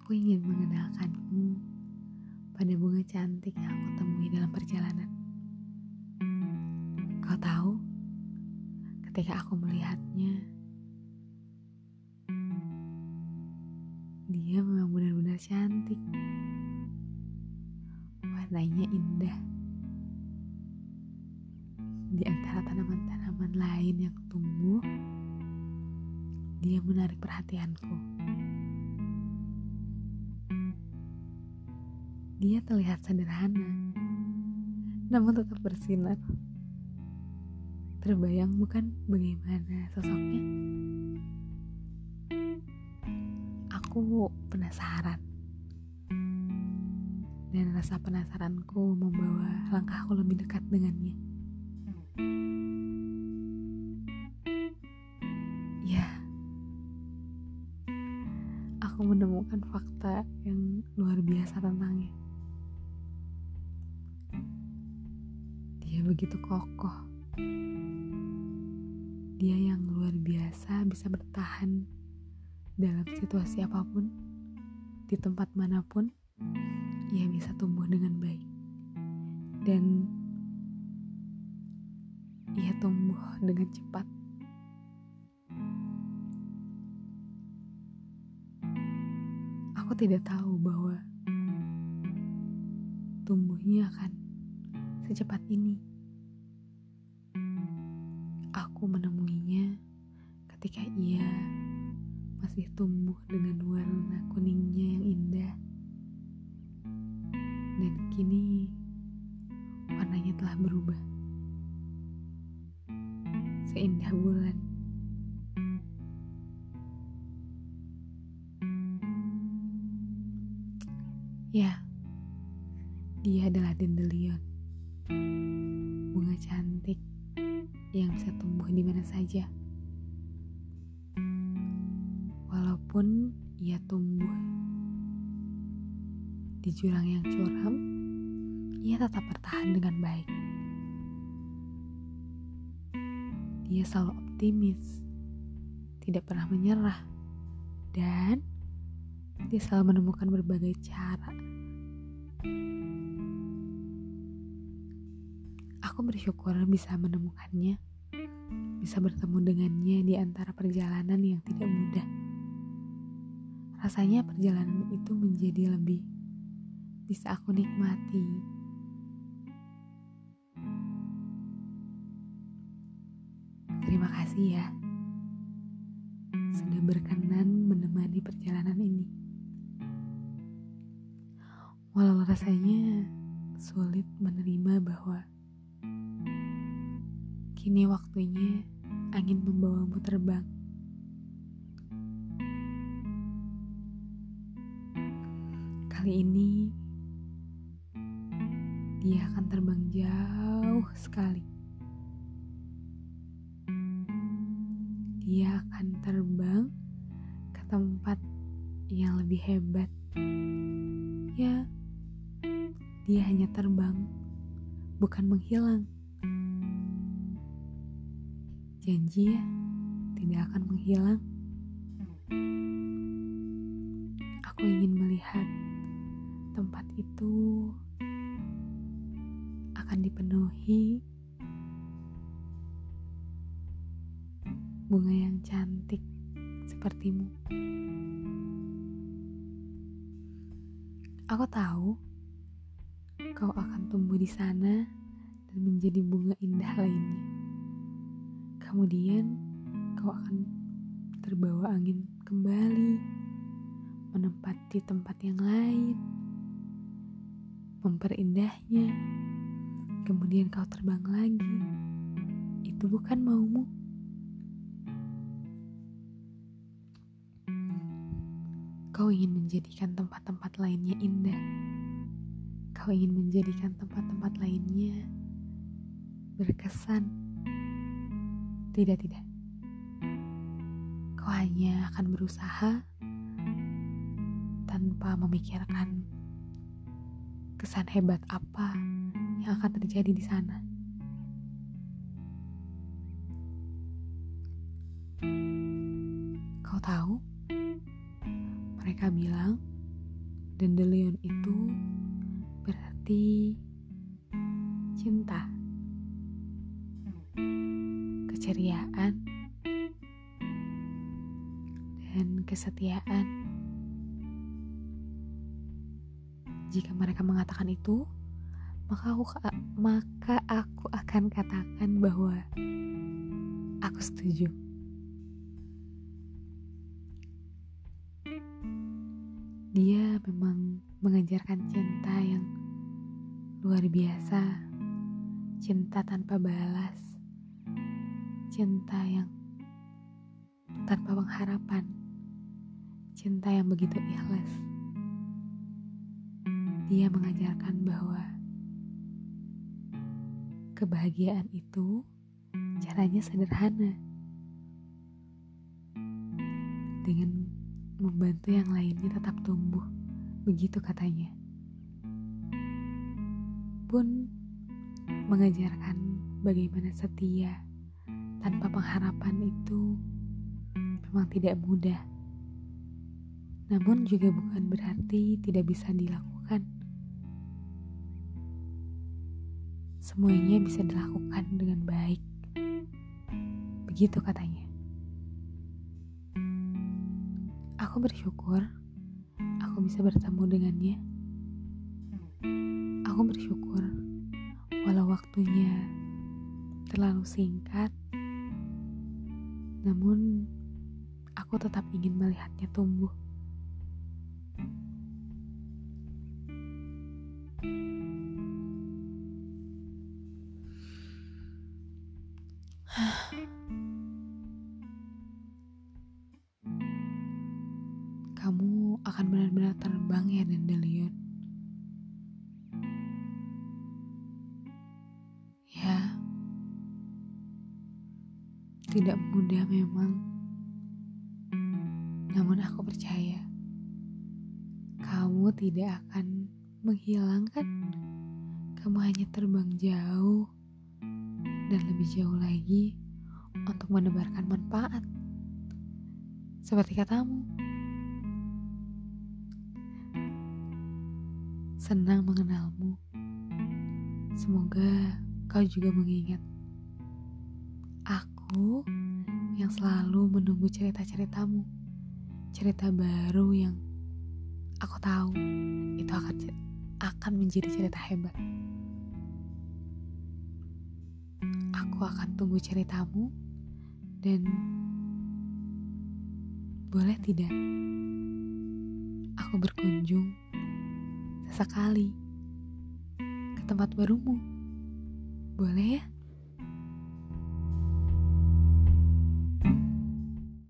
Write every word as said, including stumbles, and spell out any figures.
Aku ingin mengenalkanmu pada bunga cantik yang aku temui dalam perjalanan. Kau tahu, ketika aku melihatnya, dia memang benar-benar cantik. Warnanya indah. Di antara tanaman-tanaman lain yang tumbuh, dia menarik perhatianku. Dia terlihat sederhana, namun tetap bersinar. Terbayang bukan bagaimana sosoknya? Aku penasaran. Dan rasa penasaranku membawa langkahku lebih dekat dengannya. Ya, aku menemukan fakta yang luar biasa tentangnya. Dia begitu kokoh. Dia yang luar biasa bisa bertahan dalam situasi apapun, di tempat manapun, ia bisa tumbuh dengan baik. Dan ia tumbuh dengan cepat. Aku tidak tahu bahwa tumbuhnya akan secepat ini. Aku menemuinya ketika ia masih tumbuh dengan warna kuningnya yang indah. Dan kini warnanya telah berubah. Seindah bulan. Ya, dia adalah dandelion. Bunga cantik yang bisa tumbuh di mana saja. Walaupun ia tumbuh di jurang yang curam, ia tetap bertahan dengan baik. Dia selalu optimis, tidak pernah menyerah, dan dia selalu menemukan berbagai cara. Aku bersyukur bisa menemukannya, bisa bertemu dengannya di antara perjalanan yang tidak mudah. Rasanya perjalanan itu menjadi lebih bisa aku nikmati. Terima kasih ya, sudah berkenan menemani perjalanan ini. Walau rasanya sulit menerima bahwa kini waktunya angin membawamu terbang. Kali ini dia akan terbang jauh sekali. Dia akan terbang ke tempat yang lebih hebat. Ya, dia hanya terbang, bukan menghilang. Janji ya, tidak akan menghilang. Aku ingin melihat tempat itu akan dipenuhi bunga yang cantik sepertimu. Aku tahu kau akan tumbuh di sana dan menjadi bunga indah lainnya. Kemudian kau akan terbawa angin kembali, menempati tempat yang lain, memperindahnya. Kemudian kau terbang lagi. Itu bukan maumu? Kau ingin menjadikan tempat-tempat lainnya indah. Kau ingin menjadikan tempat-tempat lainnya berkesan. Tidak, tidak. Kau hanya akan berusaha tanpa memikirkan kesan hebat apa yang akan terjadi di sana. Kau tahu, mereka bilang Dandelion itu berarti cinta, keceriaan, dan kesetiaan. Jika mereka mengatakan itu, maka aku maka aku akan katakan bahwa aku setuju. Dia memang mengajarkan cinta yang luar biasa, cinta tanpa balas, cinta yang tanpa pengharapan, cinta yang begitu ikhlas. Dia mengajarkan bahwa kebahagiaan itu caranya sederhana, dengan membantu yang lainnya tetap tumbuh, begitu katanya. Pun mengajarkan bagaimana setia tanpa pengharapan itu memang tidak mudah, namun juga bukan berarti tidak bisa dilakukan. Semuanya bisa dilakukan dengan baik, begitu katanya. Aku bersyukur aku bisa bertemu dengannya. Aku bersyukur walau waktunya terlalu singkat, namun aku tetap ingin melihatnya tumbuh. Kamu akan benar-benar terbang ya, Dandelion. Ya, tidak mudah memang. Namun aku percaya kamu tidak akan menghilang kan? Kamu hanya terbang jauh dan lebih jauh lagi untuk menebarkan manfaat. Seperti katamu. Senang mengenalmu. Semoga kau juga mengingat aku yang selalu menunggu cerita-ceritamu. Cerita baru yang aku tahu itu akan akan menjadi cerita hebat. Aku akan tunggu ceritamu, dan boleh tidak aku berkunjung sesekali ke tempat barumu? Boleh ya?